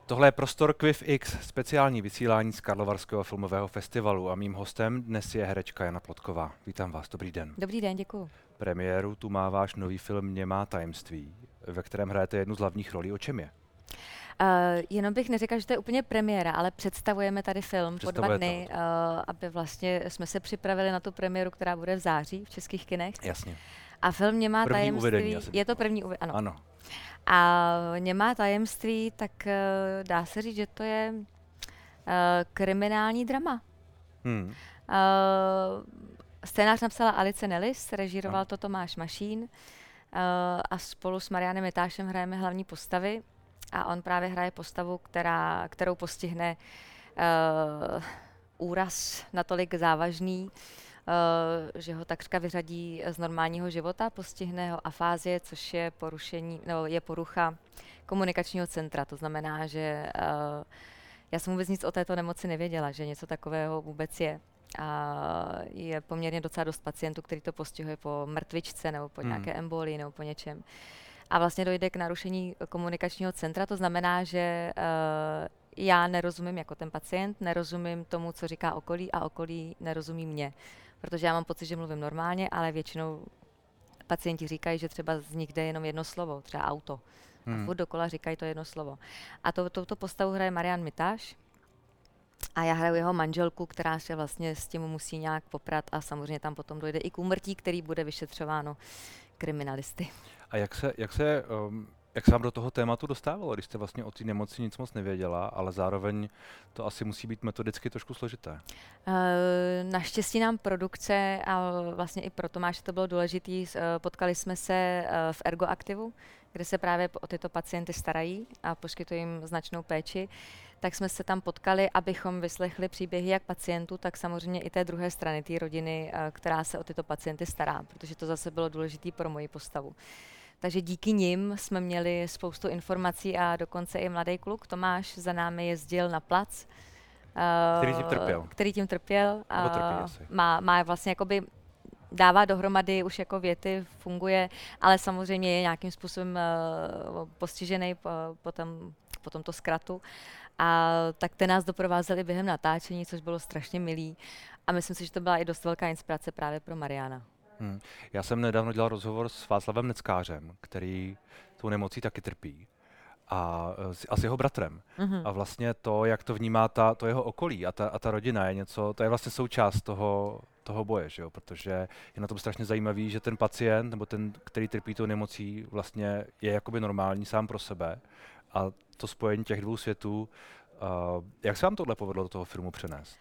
Tohle je Prostor Quiff X, speciální vysílání z Karlovarského filmového festivalu a mým hostem dnes je herečka Jana Plotková. Vítám vás, dobrý den. Dobrý den, děkuji. Premiéru tu má váš nový film Němá tajemství, ve kterém hrajete jednu z hlavních rolí. O čem je? Jenom bych neřekla, že to je úplně premiéra, ale představujeme tady film po 2 Představujete dny, aby vlastně jsme se připravili na tu premiéru, která bude v září v českých kinech. Jasně. A film Němá První tajemství, uvedení asi. je to první uvedení, ano. Ano. A Němá tajemství, tak dá se říct, že to je kriminální drama. Scénář napsala Alice Nellis, režíroval to Tomáš Mašín a spolu s Marianem Mitášem hrajeme hlavní postavy. A on právě hraje postavu, kterou postihne úraz natolik závažný, že ho takřka vyřadí z normálního života, postihne ho afázie, což je je porucha komunikačního centra. To znamená, že já jsem vůbec nic o této nemoci nevěděla, že něco takového vůbec je. A je poměrně docela dost pacientů, který to postihuje po mrtvičce nebo po nějaké embolii nebo po něčem. A vlastně dojde k narušení komunikačního centra, to znamená, že já nerozumím jako ten pacient, nerozumím tomu, co říká okolí a okolí nerozumí mě. Protože já mám pocit, že mluvím normálně, ale většinou pacienti říkají, že třeba z nich jde jenom jedno slovo, třeba auto. A furt dokola říkají to jedno slovo. A touto postavu hraje Marian Mitáš a já hraju jeho manželku, která se vlastně s tím musí nějak poprat a samozřejmě tam potom dojde i k úmrtí, který bude vyšetřováno kriminalisty. A jak se vám do toho tématu dostávalo, když jste vlastně o té nemoci nic moc nevěděla, ale zároveň to asi musí být metodicky trošku složité? Naštěstí nám produkce a vlastně i pro Tomáše to bylo důležitý. Potkali jsme se v Ergoaktivu, kde se právě o tyto pacienty starají a poskytují jim značnou péči. Tak jsme se tam potkali, abychom vyslechli příběhy jak pacientů, tak samozřejmě i té druhé strany, té rodiny, která se o tyto pacienty stará, protože to zase bylo důležité pro moji postavu. Takže díky nim jsme měli spoustu informací a dokonce i mladý kluk Tomáš za námi jezdil na plac. Který tím trpěl. Má vlastně jakoby dává dohromady už jako věty, funguje, ale samozřejmě je nějakým způsobem postižený po tomto zkratu. A tak ten nás doprovázeli během natáčení, což bylo strašně milý. A myslím si, že to byla i dost velká inspirace právě pro Mariana. Já jsem nedávno dělal rozhovor s Václavem Neckářem, který tou nemocí taky trpí. A s jeho bratrem. A vlastně to, jak to vnímá to jeho okolí a ta rodina je něco, to je vlastně součást toho boje, že jo? Protože je na tom strašně zajímavý, že ten pacient nebo ten, který trpí tou nemocí, vlastně je jakoby normální sám pro sebe. A to spojení těch dvou světů, jak se vám tohle povedlo do toho filmu přenést?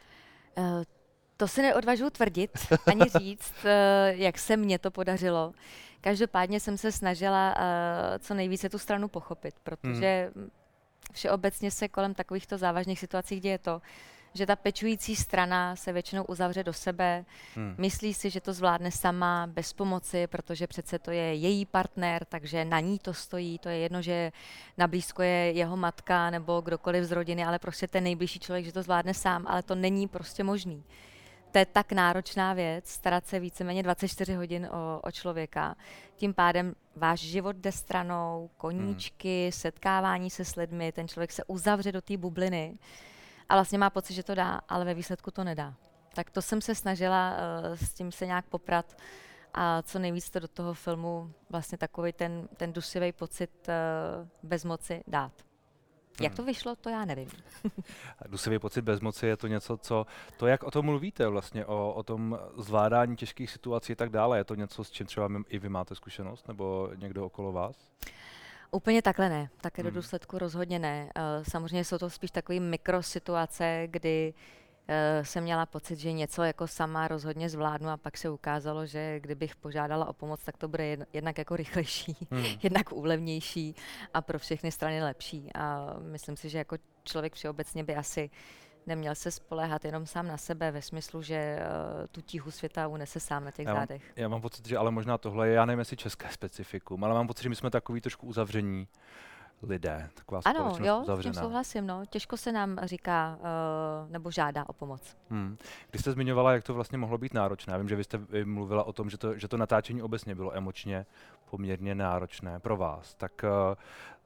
To si neodvažuji tvrdit, ani říct, jak se mně to podařilo. Každopádně jsem se snažila co nejvíce tu stranu pochopit, protože všeobecně se kolem takovýchto závažných situací děje to, že ta pečující strana se většinou uzavře do sebe, myslí si, že to zvládne sama, bez pomoci, protože přece to je její partner, takže na ní to stojí, to je jedno, že na blízko je jeho matka nebo kdokoliv z rodiny, ale prostě ten nejbližší člověk, že to zvládne sám, ale to není prostě možný. To je tak náročná věc, starat se víceméně 24 hodin o člověka. Tím pádem váš život jde stranou, koníčky, setkávání se s lidmi, ten člověk se uzavře do té bubliny a vlastně má pocit, že to dá, ale ve výsledku to nedá. Tak to jsem se snažila s tím se nějak poprat a co nejvíc to do toho filmu vlastně takový ten dusivý pocit bezmoci dát. Jak to vyšlo, to já nevím. Dusivý pocit bezmoci je to něco, jak o tom mluvíte vlastně, o tom zvládání těžkých situací a tak dále. Je to něco, s čím třeba i vy máte zkušenost, nebo někdo okolo vás? Úplně takhle ne, také do důsledku rozhodně ne. Samozřejmě jsou to spíš takové mikrosituace, kdy jsem měla pocit, že něco jako sama rozhodně zvládnu a pak se ukázalo, že kdybych požádala o pomoc, tak to bude jednak jako rychlejší, jednak úlevnější a pro všechny strany lepší. A myslím si, že jako člověk všeobecně by asi neměl se spoléhat jenom sám na sebe ve smyslu, že tu tíhu světa unese sám na těch zádech. Já mám pocit, že ale možná tohle je, já nevím, jestli české specifikum, ale mám pocit, že my jsme takový trošku uzavření lidé, taková společnost uzavřená. Ano, s tím souhlasím, no. Těžko se nám říká nebo žádá o pomoc. Když jste zmiňovala, jak to vlastně mohlo být náročné, já vím, že vy jste mluvila o tom, že to natáčení obecně bylo emočně poměrně náročné pro vás, tak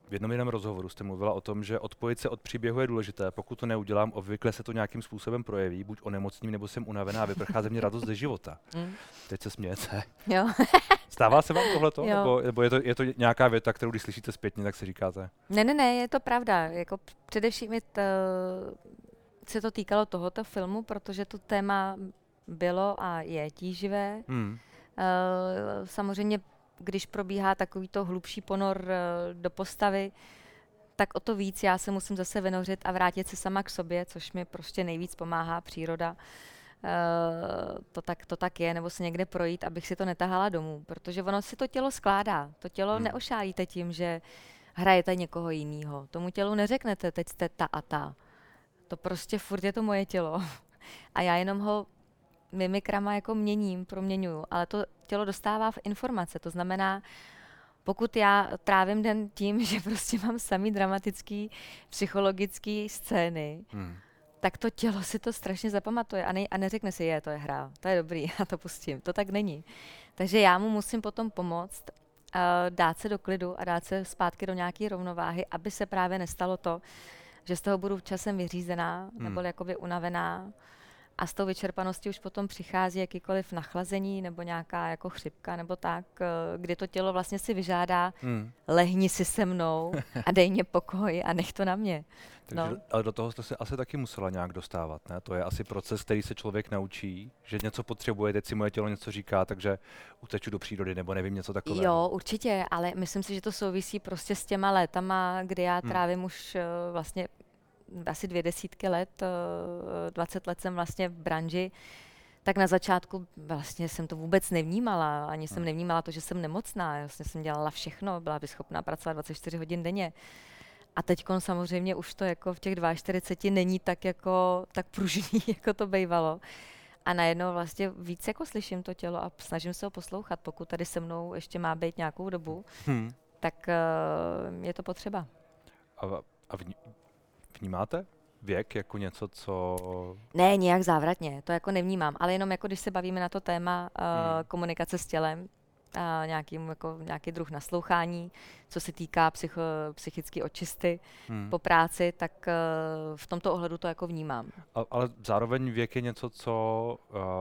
v jednom jiném rozhovoru jste mluvila o tom, že odpojit se od příběhu je důležité. Pokud to neudělám, obvykle se to nějakým způsobem projeví, buď onemocním, nebo jsem unavená a vyprchá ze mě radost ze života. Teď se smějete. Jo. Stává se vám tohleto? Nebo je to nějaká věta, kterou když slyšíte zpětně, tak si říkáte? Ne, je to pravda. Jako především se to týkalo tohoto filmu, protože to téma bylo a je tíživé. Samozřejmě, když probíhá takovýto hlubší ponor do postavy, tak o to víc já se musím zase vynořit a vrátit se sama k sobě, což mi prostě nejvíc pomáhá příroda. To tak je, nebo se někde projít, abych si to netahala domů, protože ono si to tělo skládá. To tělo neošálíte tím, že hrajete někoho jiného. Tomu tělu neřeknete, teď jste ta a ta. To prostě furt je to moje tělo. A já jenom ho mimikrama jako proměňuju, ale to tělo dostává informace, to znamená, pokud já trávím den tím, že prostě mám samý dramatický psychologický scény, tak to tělo si to strašně zapamatuje a neřekne si, to je hra, to je dobrý, já to pustím. To tak není. Takže já mu musím potom pomoct dát se do klidu a dát se zpátky do nějaké rovnováhy, aby se právě nestalo to, že z toho budu časem vyřízená nebo jakoby unavená a z toho vyčerpanosti už potom přichází jakýkoliv nachlazení nebo nějaká jako chřipka nebo tak, kdy to tělo vlastně si vyžádá, lehni si se mnou a dej mě pokoj a nech to na mě. Takže, ale do toho jste se asi taky musela nějak dostávat, ne? To je asi proces, který se člověk naučí, že něco potřebuje, teď si moje tělo něco říká, takže uteču do přírody nebo nevím, něco takového. Jo, určitě, ale myslím si, že to souvisí prostě s těma létama, kdy já trávím už vlastně asi 20 let, 20 let jsem vlastně v branži, tak na začátku vlastně jsem to vůbec nevnímala, ani jsem nevnímala to, že jsem nemocná, vlastně jsem dělala všechno, byla by schopná pracovat 24 hodin denně. A teď samozřejmě už to jako v těch 42 není tak pružný, jako to bývalo. A najednou vlastně víc jako slyším to tělo a snažím se ho poslouchat, pokud tady se mnou ještě má být nějakou dobu, tak je to potřeba. A vnímáte věk jako něco, co... Ne, nějak závratně, to jako nevnímám, ale jenom jako když se bavíme na to téma komunikace s tělem, nějaký druh naslouchání, co se týká psychické očisty po práci, tak v tomto ohledu to jako vnímám. Ale zároveň věk je něco, co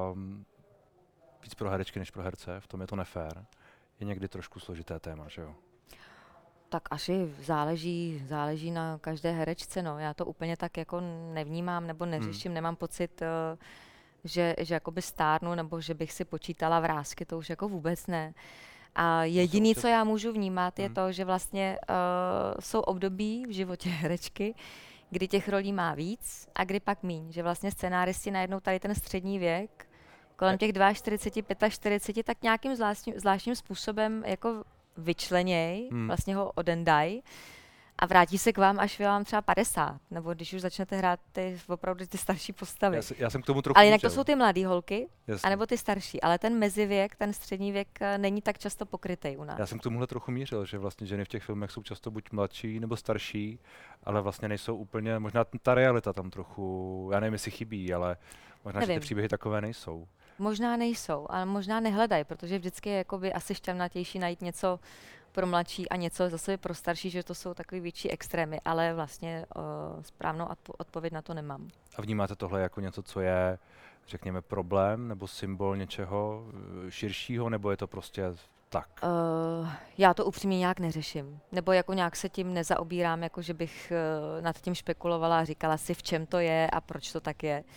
víc pro herečky než pro herce, v tom je to nefér. Je někdy trošku složité téma, že jo? Tak asi záleží na každé herečce, no. Já to úplně tak jako nevnímám nebo neřeším, nemám pocit, že jakoby stárnu nebo že bych si počítala vrásky, to už jako vůbec ne. A jediný, co já můžu vnímat, je to, že vlastně jsou období v životě herečky, kdy těch rolí má víc a kdy pak míň. Že vlastně scenáristi najednou tady ten střední věk, kolem těch 42, 45, tak nějakým zvláštním způsobem jako vyčleněj, vlastně ho odendaj a vrátí se k vám, až vám třeba 50, nebo když už začnete hrát opravdu ty starší postavy. Já jsem k tomu trochu ale jinak to jsou ty mladé holky, Jasně. anebo ty starší, ale ten mezivěk, ten střední věk není tak často pokrytej u nás. Já jsem k tomuhle trochu mířil, že vlastně ženy v těch filmech jsou často buď mladší nebo starší, ale vlastně nejsou úplně, možná ta realita tam trochu, já nevím, jestli chybí, ale možná, že ty příběhy takové nejsou. Možná nejsou, ale možná nehledají, protože vždycky je jakoby asi šťavnatější najít něco pro mladší a něco zase pro starší, že to jsou takový větší extrémy, ale vlastně správnou odpověď na to nemám. A vnímáte tohle jako něco, co je, řekněme, problém nebo symbol něčeho širšího, nebo je to prostě tak? Já to upřímně nějak neřeším. Nebo jako nějak se tím nezaobírám, jako že bych nad tím špekulovala a říkala si, v čem to je a proč to tak je.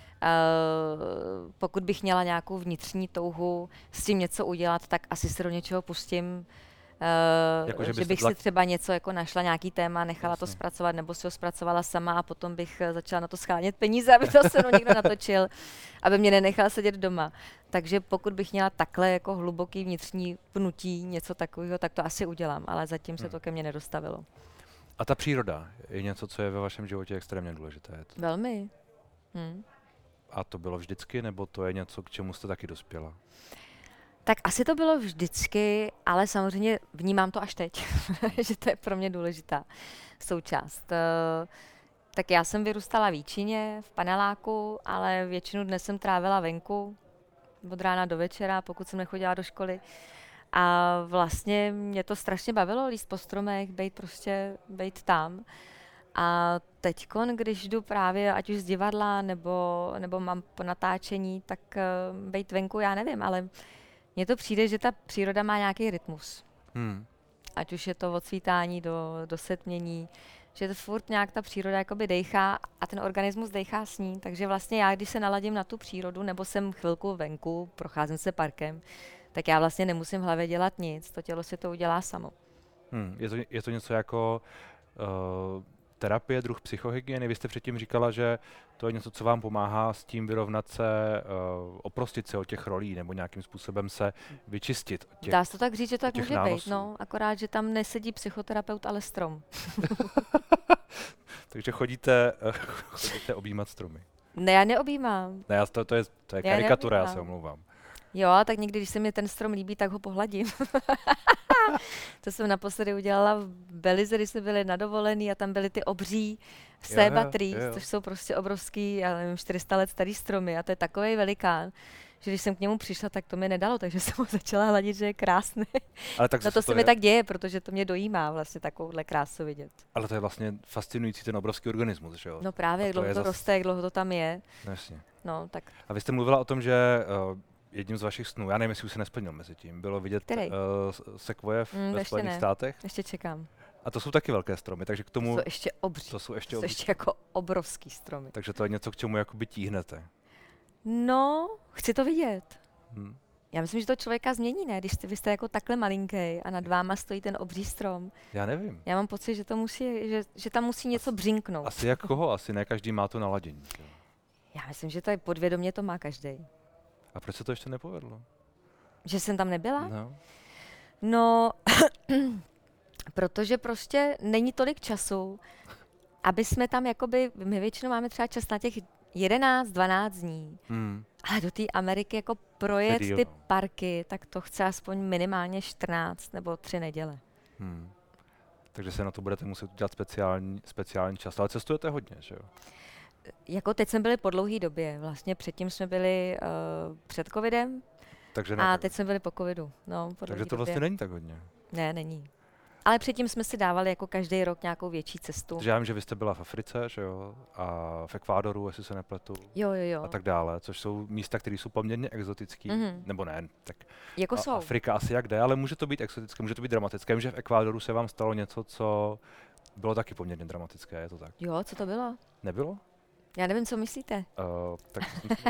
Pokud bych měla nějakou vnitřní touhu s tím něco udělat, tak asi se do něčeho pustím. Jako, že bych si třeba něco jako našla, nějaký téma, nechala to zpracovat, nebo si ho zpracovala sama a potom bych začala na to schánět peníze, aby to se mnou někdo natočil, aby mě nenechal sedět doma. Takže pokud bych měla takhle jako hluboký vnitřní pnutí, něco takového, tak to asi udělám, ale zatím se to ke mně nedostavilo. A ta příroda je něco, co je ve vašem životě extrémně důležité? Velmi. A to bylo vždycky, nebo to je něco, k čemu jste taky dospěla? Tak asi to bylo vždycky, ale samozřejmě vnímám to až teď, že to je pro mě důležitá součást. Tak já jsem vyrůstala v Jíčíně, v paneláku, ale většinu dne jsem trávila venku, od rána do večera, pokud jsem nechodila do školy. A vlastně mě to strašně bavilo líst po stromech, bejt tam. A teďkon, když jdu právě ať už z divadla, nebo mám po natáčení, tak bejt venku, já nevím, ale mně to přijde, že ta příroda má nějaký rytmus. Ať už je to od svítání do setmění, že to furt nějak ta příroda jakoby dejchá a ten organismus dejchá s ní. Takže vlastně já, když se naladím na tu přírodu, nebo jsem chvilku venku, procházím se parkem, tak já vlastně nemusím v hlavě dělat nic, to tělo si to udělá samo. Je to něco jako terapie, druh psychohygieny? Vy jste předtím říkala, že to je něco, co vám pomáhá s tím vyrovnat se, oprostit se od těch rolí nebo nějakým způsobem se vyčistit od těch. Dá se to tak říct, že to tak může nánosů. být, no, akorát, že tam nesedí psychoterapeut, ale strom. Takže chodíte objímat stromy. Ne, já neobjímám. Ne, to je karikatura, já se omlouvám. Jo, tak někdy, když se mi ten strom líbí, tak ho pohladím. To jsem naposledy udělala v Belize, když jsme byli na dovolený a tam byly ty obří ceiba trees, což jsou prostě obrovský, já nevím, 400 let starý stromy a to je takovej velikán, že když jsem k němu přišla, tak to mi nedalo, takže jsem ho začala hladit, že je krásný. Ale tak no to se mi tak děje, protože to mě dojímá vlastně takovouhle krásu vidět. Ale to je vlastně fascinující ten obrovský organismus, že jo? No právě, jak dlouho to roste, jak dlouho to tam je. Jasně. No, tak. A vy jste mluvila o tom, že jedním z vašich snů, já nevím, jestli už se nesplnil mezi tím, bylo vidět sekvoje ve Spojených státech. Ještě čekám. A to jsou taky velké stromy, takže k tomu... To jsou ještě obří. To jsou ještě jako obrovský stromy. Takže to je něco, k čemu jakoby tíhnete. No, chci to vidět. Já myslím, že to člověka změní, ne? Když vy jste jako takhle malinký a nad váma stojí ten obří strom. Já nevím. Já mám pocit, že to musí, že tam musí něco břinknout. Asi jak koho? Asi ne každý má to naladění. Já myslím, že to je podvědomě, to má každý. A proč se to ještě nepovedlo? Že jsem tam nebyla? No, protože prostě není tolik času, aby jsme tam jakoby, my většinou máme třeba čas na těch 11-12 dní. Ale do té Ameriky jako projet ty parky, tak to chce aspoň minimálně 14 nebo 3 neděle. Takže se na to budete muset udělat speciální čas. Ale cestujete hodně, že jo? Jako teď jsme byli po dlouhé době. Vlastně předtím jsme byli před covidem a teď jsme byli po covidu. No, po takže to vlastně době. Není tak hodně. Ne, není. Ale předtím jsme si dávali jako každý rok nějakou větší cestu. Takže já vím, že vy jste byla v Africe, že jo? A v Ekvádoru, jestli se nepletu. Jo. A tak dále, což jsou místa, které jsou poměrně exotické. Nebo ne, tak jako jsou. Afrika asi jak jde, ale může to být exotické, může to být dramatické. Vím, že v Ekvádoru se vám stalo něco, co bylo taky poměrně dramatické, je to tak? Jo, co to bylo? Nebylo? Já nevím, co myslíte. Tak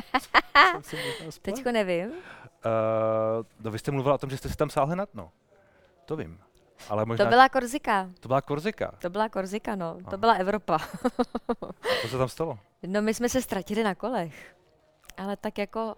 Teďko nevím. No, vy jste mluvila o tom, že jste si tam sáhli na dno. To vím. Ale možná... To byla Korsika. To byla Korsika? To byla Korsika, no. Aha. To byla Evropa. Co se tam stalo? No, my jsme se ztratili na kolech. Ale tak jako...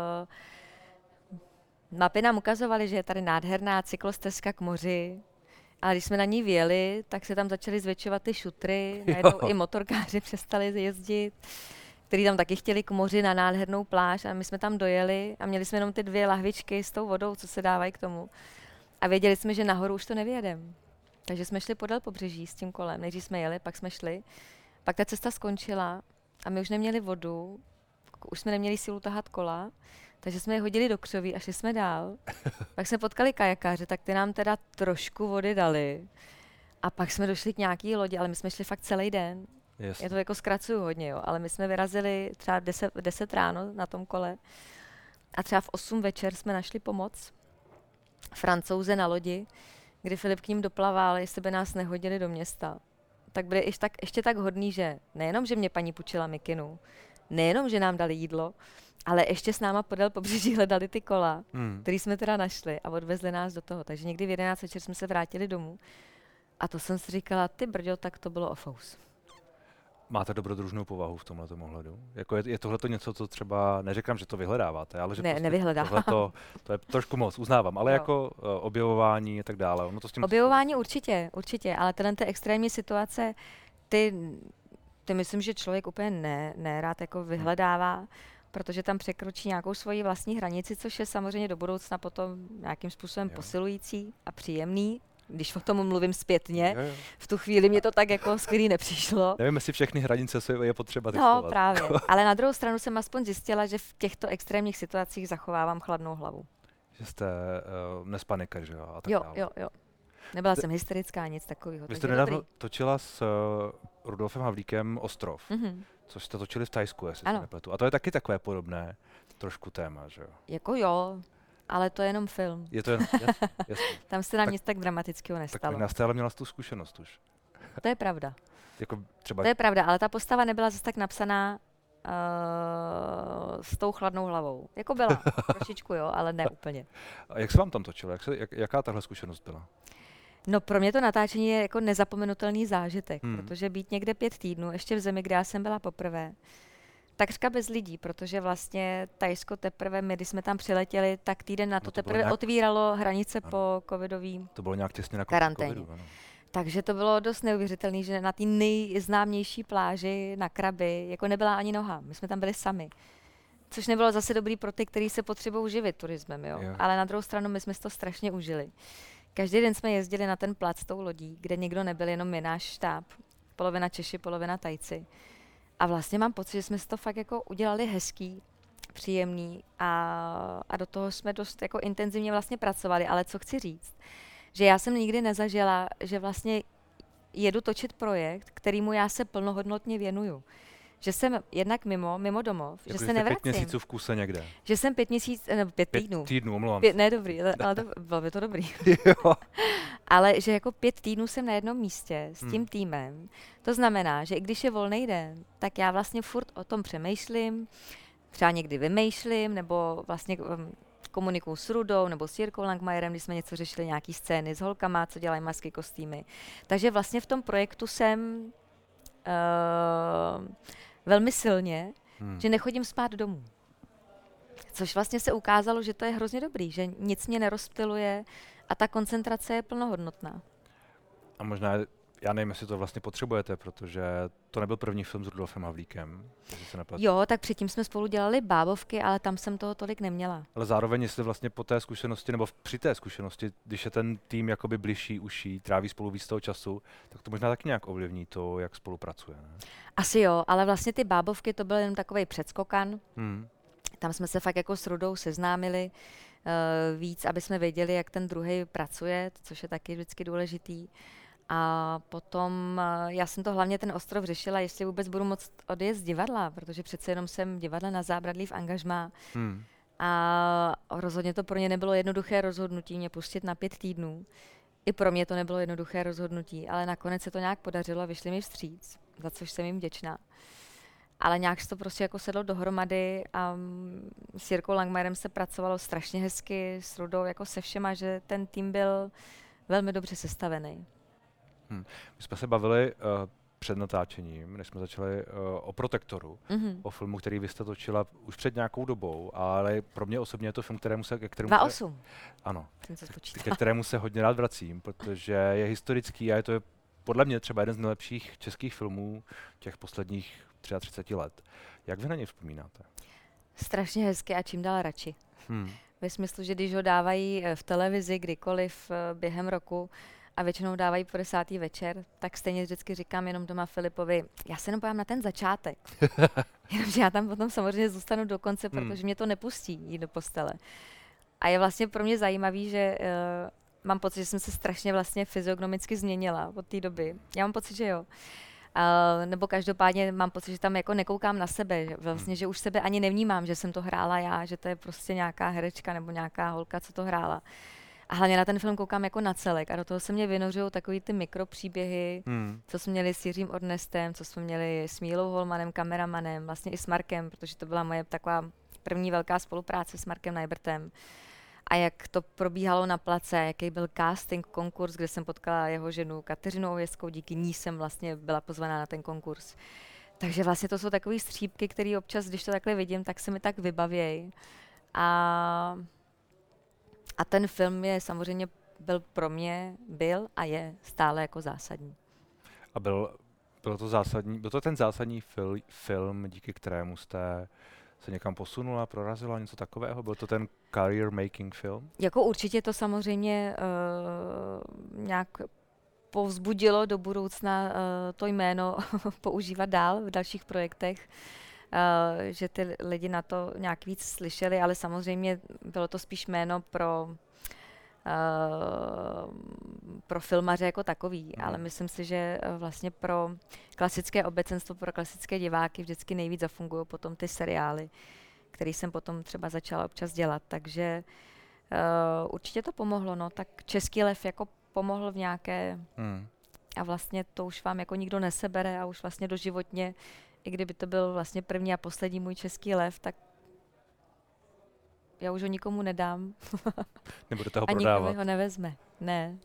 mapy nám ukazovaly, že je tady nádherná cyklostezka k moři. Ale když jsme na ní vyjeli, tak se tam začaly zvětšovat ty šutry. Najednou i motorkáři přestali jezdit, kteří tam taky chtěli k moři na nádhernou pláž. A my jsme tam dojeli a měli jsme jenom ty 2 lahvičky s tou vodou, co se dávají k tomu. A věděli jsme, že nahoru už to nevyjedeme. Takže jsme šli podél pobřeží s tím kolem. Nejdřív jsme jeli, pak jsme šli. Pak ta cesta skončila a my už neměli vodu, už jsme neměli sílu tahat kola, takže jsme je hodili do křoví a šli jsme dál. Pak jsme potkali kajakáře, tak ty nám teda trošku vody dali. A pak jsme došli k nějaký lodi, ale my jsme šli fakt celý den. Jasně. Já to jako zkracuju hodně, jo, ale my jsme vyrazili třeba 10 ráno na tom kole a třeba v 8 večer jsme našli pomoc. Francouze na lodi, kdy Filip k ním doplaval, jestli by nás nehodili do města. Tak byli ještě tak hodný, že nejenom, že mě paní půjčila mikinu, nejenom, že nám dali jídlo, ale ještě s náma podél pobřeží hledali ty kola, který jsme teda našli a odvezli nás do toho. Takže někdy v 11 večer jsme se vrátili domů a to jsem si říkala, ty brďo, tak to bylo ofous. Máte dobrodružnou povahu v tomhletom ohledu? Jako je tohleto něco, co třeba, neříkám, že to vyhledáváte, ale že ne, prostě nevyhledávám. To je trošku moc, uznávám, ale jako objevování a tak dále. Ono to s tím objevování určitě, ale tyhle extrémní situace, ty myslím, že člověk úplně nerád jako vyhledává, protože tam překročí nějakou svoji vlastní hranici, což je samozřejmě do budoucna potom nějakým způsobem posilující a příjemný. Když o tom mluvím zpětně, v tu chvíli mě to tak jako skvělý nepřišlo. Nevím, jestli všechny hranice je potřeba testovat. No právě, ale na druhou stranu jsem aspoň zjistila, že v těchto extrémních situacích zachovávám chladnou hlavu. že jste nespanika, že jo? A tak Jo, dále. jo. Nebyla jsem hysterická, nic takového. Vy jste nedávno točila s Rudolfem Havlíkem Ostrov, což jste točili v Thajsku, jestli se nepletu. A to je taky takové podobné trošku téma, že jo? Jako jo, ale to je jenom film. Je to jenom, jasný. Tam se nám nic tak dramatického nestalo. Tak jste ale měla tu zkušenost už. To je pravda. Jako třeba... To je pravda, ale ta postava nebyla zase tak napsaná s tou chladnou hlavou. Jako byla, trošičku jo, ale ne úplně. A jak se vám tam točilo? Jaká tahle zkušenost byla? No pro mě to natáčení je jako nezapomenutelný zážitek, protože být někde 5 týdnů, ještě v zemi, kde já jsem byla poprvé, takřka bez lidí, protože vlastně Thajsko teprve, my když jsme tam přiletěli, tak týden na to teprve otvíralo hranice po covidový to bylo nějak těsně na karanténě. Covidu, ano. Takže to bylo dost neuvěřitelné, že na té nejznámější pláži na Krabi jako nebyla ani noha. My jsme tam byli sami. Což nebylo zase dobrý pro ty, kteří se potřebují živit turismem, jo. Ale na druhou stranu my jsme si to strašně užili. Každý den jsme jezdili na ten plac s tou lodí, kde nikdo nebyl, jenom my, náš štáb. Polovina Češi, polovina Tajci. A vlastně mám pocit, že jsme si to fakt jako udělali hezký, příjemný a do toho jsme dost jako intenzivně vlastně pracovali. Ale co chci říct, že já jsem nikdy nezažila, že vlastně jedu točit projekt, kterýmu já se plnohodnotně věnuju. Že jsem jednak mimo domov, jako že se nevracím. 5 měsíců v kuse někde. Že jsem 5 týdnů. 5 týdnů, omlouvám se. Ne, dobrý, ale to, bylo by to dobrý. Jo. Ale že jako 5 týdnů jsem na jednom místě s tím týmem. To znamená, že i když je volný den, tak já vlastně furt o tom přemýšlím, třeba někdy vymýšlím, nebo vlastně komunikuju s Rudou nebo s Jirkou Langmajerem, když jsme něco řešili, nějaký scény s holkama, co dělají masky, kostýmy. Takže vlastně v tom projektu jsem velmi silně, že nechodím spát domů. Což vlastně se ukázalo, že to je hrozně dobrý, že nic mě nerozptyluje a ta koncentrace je plnohodnotná. A možná, já nevím, jestli to vlastně potřebujete, protože to nebyl první film s Rudolfem Havlíkem. Jo, tak předtím jsme spolu dělali Bábovky, ale tam jsem toho tolik neměla. Ale zároveň, jestli vlastně po té zkušenosti, nebo při té zkušenosti, když je ten tým jakoby bližší, užší, tráví spolu víc toho času, tak to možná taky nějak ovlivní to, jak spolupracuje. Ne? Asi jo, ale vlastně ty Bábovky to byl jen takovej předskokan. Tam jsme se fakt jako s Rudou seznámili víc, aby jsme věděli, jak ten druhý pracuje, což je taky vždycky důležitý. A potom já jsem to hlavně ten ostrov řešila, jestli vůbec budu moct odjet z divadla, protože přece jenom jsem divadla na Zábradlí v angažmá. A rozhodně to pro ně nebylo jednoduché rozhodnutí mě pustit na 5 týdnů. I pro mě to nebylo jednoduché rozhodnutí, ale nakonec se to nějak podařilo a vyšli mi vstříc, za což jsem jim vděčná. Ale nějak se to prostě jako sedlo dohromady a s Jirkou Langmajerem se pracovalo strašně hezky, s Rudou jako se všema, že ten tým byl velmi dobře sestavený. My jsme se bavili před natáčením, než jsme začali o Protektoru, o filmu, který vy jste točila už před nějakou dobou, ale pro mě osobně je to film, kterému se... 2008. Ano, ke kterému se hodně rád vracím, protože je historický a je to podle mě třeba jeden z nejlepších českých filmů těch posledních 33 let. Jak vy na něj vzpomínáte? Strašně hezky a čím dál radši. Ve smyslu, že když ho dávají v televizi kdykoliv během roku, a většinou dávají po 10. večer, tak stejně vždycky říkám jenom doma Filipovi, já se jenom pojám na ten začátek. Jenomže já tam potom samozřejmě zůstanu do konce, protože mě to nepustí jít do postele. A je vlastně pro mě zajímavý, že mám pocit, že jsem se strašně vlastně fyziognomicky změnila od té doby. Já mám pocit, že jo. Nebo každopádně mám pocit, že tam jako nekoukám na sebe, že vlastně, že už sebe ani nevnímám, že jsem to hrála já, že to je prostě nějaká herečka nebo nějaká holka, co to hrála. A hlavně na ten film koukám jako na celek a do toho se mě vynořují takový ty mikropříběhy, co jsme měli s Jiřím Ornestem, co jsme měli s Mílou Holmanem, kameramanem, vlastně i s Markem, protože to byla moje taková první velká spolupráce s Markem Najbrtem. A jak to probíhalo na place, jaký byl casting, konkurs, kde jsem potkala jeho ženu Kateřinu Ověskou, díky ní jsem vlastně byla pozvaná na ten konkurs. Takže vlastně to jsou takové střípky, které občas, když to takhle vidím, tak se mi tak vybavějí. A ten film je samozřejmě byl a je stále jako zásadní. A byl to ten zásadní film, díky kterému jste se někam posunula, prorazila, něco takového? Byl to ten career making film? Jako určitě to samozřejmě nějak povzbudilo do budoucna to jméno používat dál v dalších projektech. že ty lidi na to nějak víc slyšeli, ale samozřejmě bylo to spíš jméno pro filmaře jako takový, ale myslím si, že vlastně pro klasické obecenstvo, pro klasické diváky vždycky nejvíc zafungují potom ty seriály, který jsem potom třeba začala občas dělat, takže určitě to pomohlo, no, tak Český lev jako pomohl v nějaké a vlastně to už vám jako nikdo nesebere a už vlastně doživotně, i kdyby to byl vlastně první a poslední můj Český lev, tak já už ho nikomu nedám. Nebudete ho a prodávat. nikdo mi ho nevezme, ne.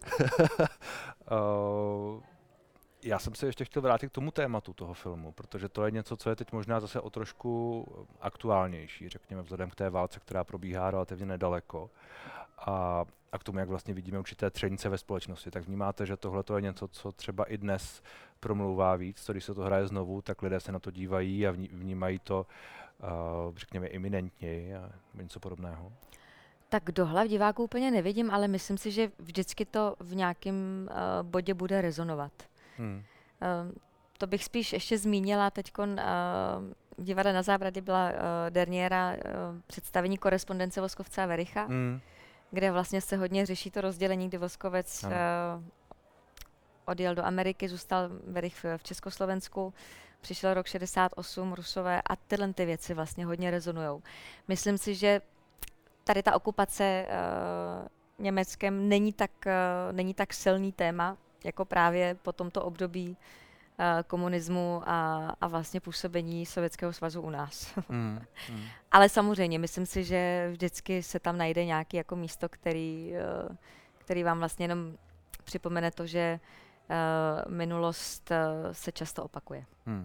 Já jsem se ještě chtěl vrátit k tomu tématu toho filmu, protože to je něco, co je teď možná zase o trošku aktuálnější, řekněme, vzhledem k té válce, která probíhá relativně nedaleko. A k tomu, jak vlastně vidíme určité třenice ve společnosti, tak vnímáte, že tohle je něco, co třeba i dnes promlouvá víc, co když se to hraje znovu, tak lidé se na to dívají a vnímají to, řekněme, iminentněji a něco podobného? Tak do hlav diváků úplně nevidím, ale myslím si, že vždycky to v nějakém bodě bude rezonovat. To bych spíš ještě zmínila teďkon v Divadle Na Zábradlí byla derniéra představení Korespondence Voskovce a Wericha, kde vlastně se hodně řeší to rozdělení, kdy Voskovec odjel do Ameriky, zůstal Werich v Československu, přišel rok 68, Rusové a tyhle ty věci vlastně hodně rezonujou. Myslím si, že tady ta okupace Německem není tak silný téma, jako právě po tomto období komunismu a vlastně působení Sovětského svazu u nás. Ale samozřejmě, myslím si, že vždycky se tam najde nějaké jako místo, který vám vlastně jenom připomene to, že minulost se často opakuje.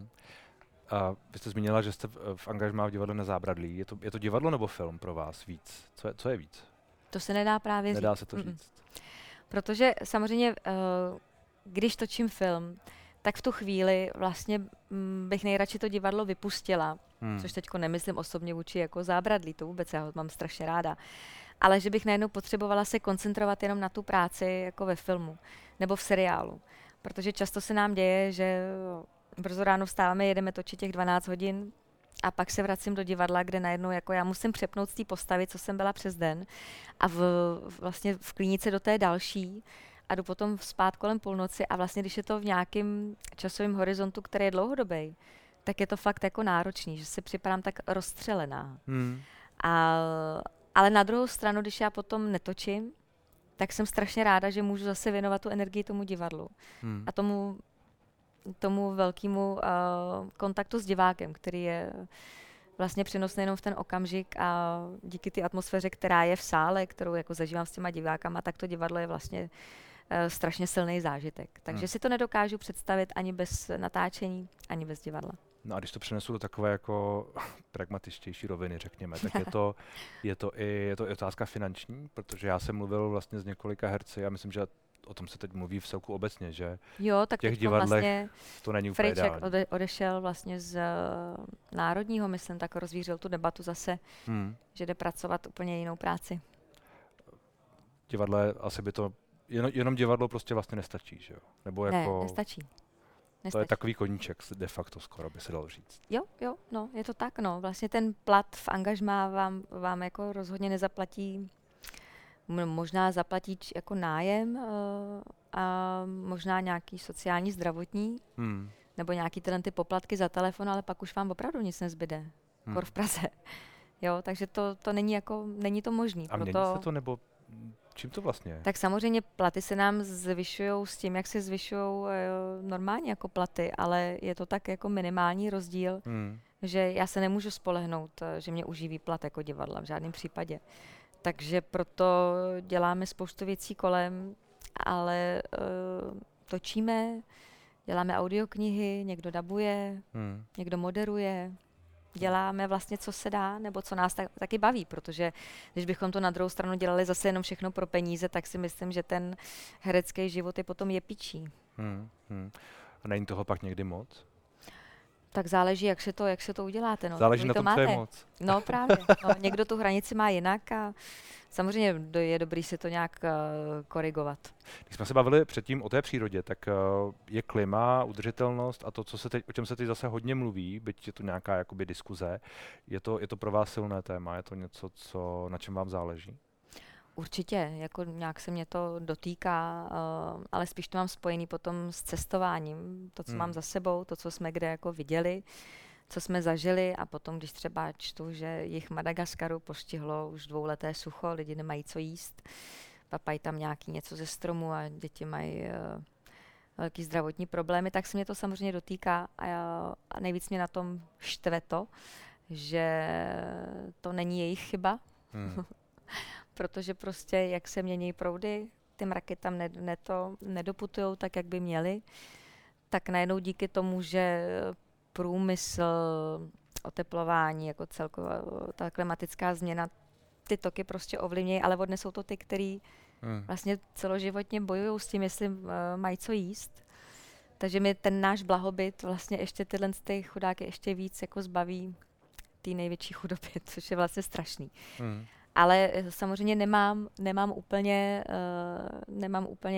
A vy jste zmínila, že jste v angažmá v Divadle Na Zábradlí. Je to divadlo nebo film pro vás víc? Co je víc? To se nedá právě říct. Nedá se to říct. Protože samozřejmě, když točím film, tak v tu chvíli vlastně bych nejradši to divadlo vypustila, což teďko nemyslím osobně vůči jako Zábradlí, to vůbec, já ho mám strašně ráda. Ale že bych najednou potřebovala se koncentrovat jenom na tu práci jako ve filmu nebo v seriálu. Protože často se nám děje, že brzo ráno vstáváme, jedeme točit těch 12 hodin a pak se vracím do divadla, kde najednou jako já musím přepnout z té postavy, co jsem byla přes den a vlastně vklínit se do té další a jdu potom spát kolem půlnoci a vlastně, když je to v nějakém časovém horizontu, který je dlouhodobý, tak je to fakt jako náročný, že se připadám tak rozstřelená. Ale na druhou stranu, když já potom netočím, tak jsem strašně ráda, že můžu zase věnovat tu energii tomu divadlu a tomu velkému kontaktu s divákem, který je vlastně přenosný jenom v ten okamžik a díky té atmosféře, která je v sále, kterou jako zažívám s těma divákama, tak to divadlo je vlastně strašně silný zážitek. Takže si to nedokážu představit ani bez natáčení, ani bez divadla. No a když to přenesu do takové jako pragmatičtější roviny, řekněme, tak je to i otázka finanční, protože já jsem mluvil vlastně s několika herci a myslím, že o tom se teď mluví v celku obecně, že tak v těch divadlech vlastně to není úplně ideální. Frejček odešel vlastně z Národního, myslím, tak rozvířil tu debatu zase, že jde pracovat úplně jinou práci. Divadle, asi by to, jenom divadlo prostě vlastně nestačí, že jo? Nebo jako, nestačí. To je takový koníček de facto skoro, by se dalo říct. Jo, no, je to tak, no. Vlastně ten plat v angažmá vám jako rozhodně nezaplatí. Možná zaplatí jako nájem a možná nějaký sociální, zdravotní, nebo nějaký ty poplatky za telefon, ale pak už vám opravdu nic nezbyde. Kor v Praze. Jo, takže to není to možný. A mění se to, nebo čím to vlastně je? Tak samozřejmě platy se nám zvyšují s tím, jak se zvyšují normálně jako platy, ale je to tak jako minimální rozdíl, že já se nemůžu spolehnout, že mě uživí plat jako divadla v žádném případě. Takže proto děláme spoustu věcí kolem, ale točíme, děláme audioknihy, někdo dabuje, někdo moderuje, děláme vlastně, co se dá, nebo co nás taky baví, protože když bychom to na druhou stranu dělali zase jenom všechno pro peníze, tak si myslím, že ten herecký život je potom jepičí. A není toho pak někdy moc? Tak záleží, jak se to uděláte. No. Záleží na tom, co je moc. No právě. No, někdo tu hranici má jinak a samozřejmě je dobrý si to nějak korigovat. Když jsme se bavili předtím o té přírodě, tak je klima, udržitelnost a to, o čem se teď zase hodně mluví, byť je to nějaká jakoby diskuze, je to pro vás silné téma, je to něco, na čem vám záleží? Určitě, jako nějak se mě to dotýká, ale spíš to mám spojený potom s cestováním. To, co mám za sebou, to, co jsme kde jako viděli, co jsme zažili a potom, když třeba čtu, že jich Madagaskaru postihlo už 2leté sucho, lidi nemají co jíst, papají tam nějaký něco ze stromu a děti mají velký zdravotní problémy, tak se mě to samozřejmě dotýká a nejvíc mě na tom štve to, že to není jejich chyba, protože prostě jak se mění proudy, ty mraky tam nedoputujou tak, jak by měly, tak najednou díky tomu, že průmysl, oteplování, jako celková ta klimatická změna, ty toky prostě ovlivňují, ale odnesou to ty, který vlastně celoživotně bojují s tím, jestli mají co jíst. Takže mi ten náš blahobyt vlastně ještě ty chudáky ještě víc jako zbaví té největší chudoby, což je vlastně strašný. Ale samozřejmě nemám úplně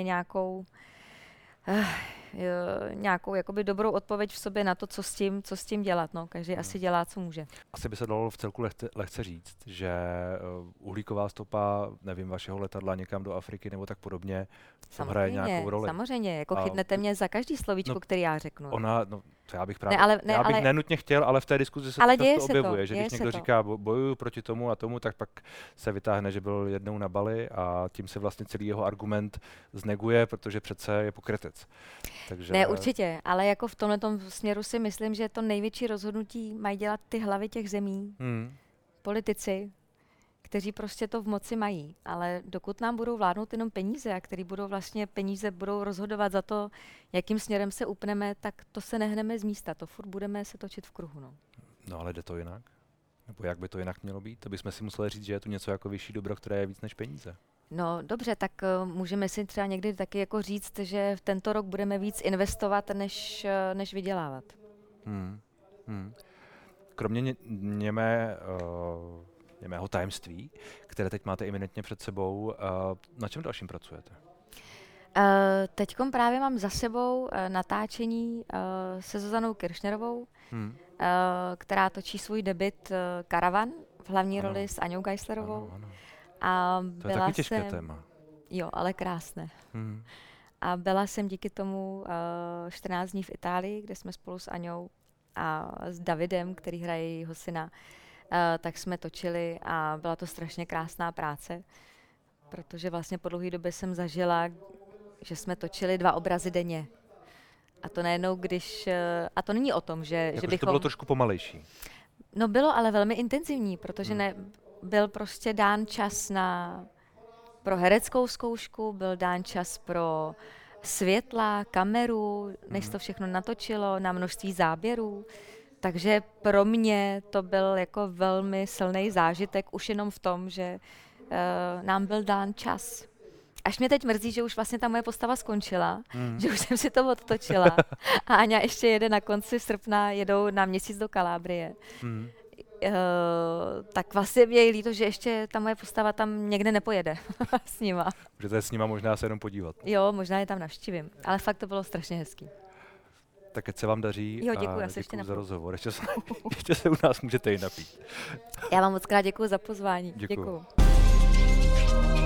nějakou jakoby dobrou odpověď v sobě na to, co s tím dělat. No. Každý asi dělá, co může. Asi by se dalo v celku lehce říct, že uhlíková stopa, nevím, vašeho letadla někam do Afriky nebo tak podobně, tam hraje nějakou roli. Samozřejmě, jako chytnete mě za každý slovíčko, který já řeknu. To já bych právě, já bych nenutně chtěl, ale v té diskuzi se to objevuje, že když někdo říká bojuju proti tomu a tomu, tak pak se vytáhne, že byl jednou na Bali a tím se vlastně celý jeho argument zneguje, protože přece je pokrytec. Takže... Ne, určitě, ale jako v tomhletom směru si myslím, že to největší rozhodnutí mají dělat ty hlavy těch zemí, politici, kteří prostě to v moci mají, ale dokud nám budou vládnout jenom peníze a který peníze budou rozhodovat za to, jakým směrem se upneme, tak to se nehneme z místa, to furt budeme se točit v kruhu. No ale jde to jinak? Nebo jak by to jinak mělo být? To bychom si museli říct, že je tu něco jako vyšší dobro, které je víc než peníze. No dobře, tak můžeme si třeba někdy taky jako říct, že v tento rok budeme víc investovat, než vydělávat. Kromě němého tajemství, které teď máte eminentně před sebou, na čem dalším pracujete? Teďkom právě mám za sebou natáčení se Zuzanou Kiršnerovou, která točí svůj debut Karavan v hlavní roli s Aňou Geislerovou. Ano. A to je taky těžké téma. Jo, ale krásné. A byla jsem díky tomu 14 dní v Itálii, kde jsme spolu s Aňou a s Davidem, který hraje jejího syna, tak jsme točili a byla to strašně krásná práce, protože vlastně po dlouhé době jsem zažila, že jsme točili 2 obrazy denně. A to najednou, a to není o tom, že bychom... to bylo trošku pomalejší. No bylo, ale velmi intenzivní, protože byl prostě dán čas pro hereckou zkoušku, byl dán čas pro světla, kameru, než to všechno natočilo, na množství záběrů. Takže pro mě to byl jako velmi silný zážitek už jenom v tom, že nám byl dán čas. Až mě teď mrzí, že už vlastně ta moje postava skončila, že už jsem si to odtočila a Aňa ještě jede na konci srpna, jedou na měsíc do Kalábrie. Tak vlastně mě je líto, že ještě ta moje postava tam někde nepojede s nima. Můžete s nima možná se jenom podívat. Jo, možná je tam navštívím, ale fakt to bylo strašně hezký. Tak ať se vám daří. Jo, děkuji, já se ještě za rozhovor. Ještě se u nás můžete i napít. Já vám moc krát děkuji za pozvání. Děkuji.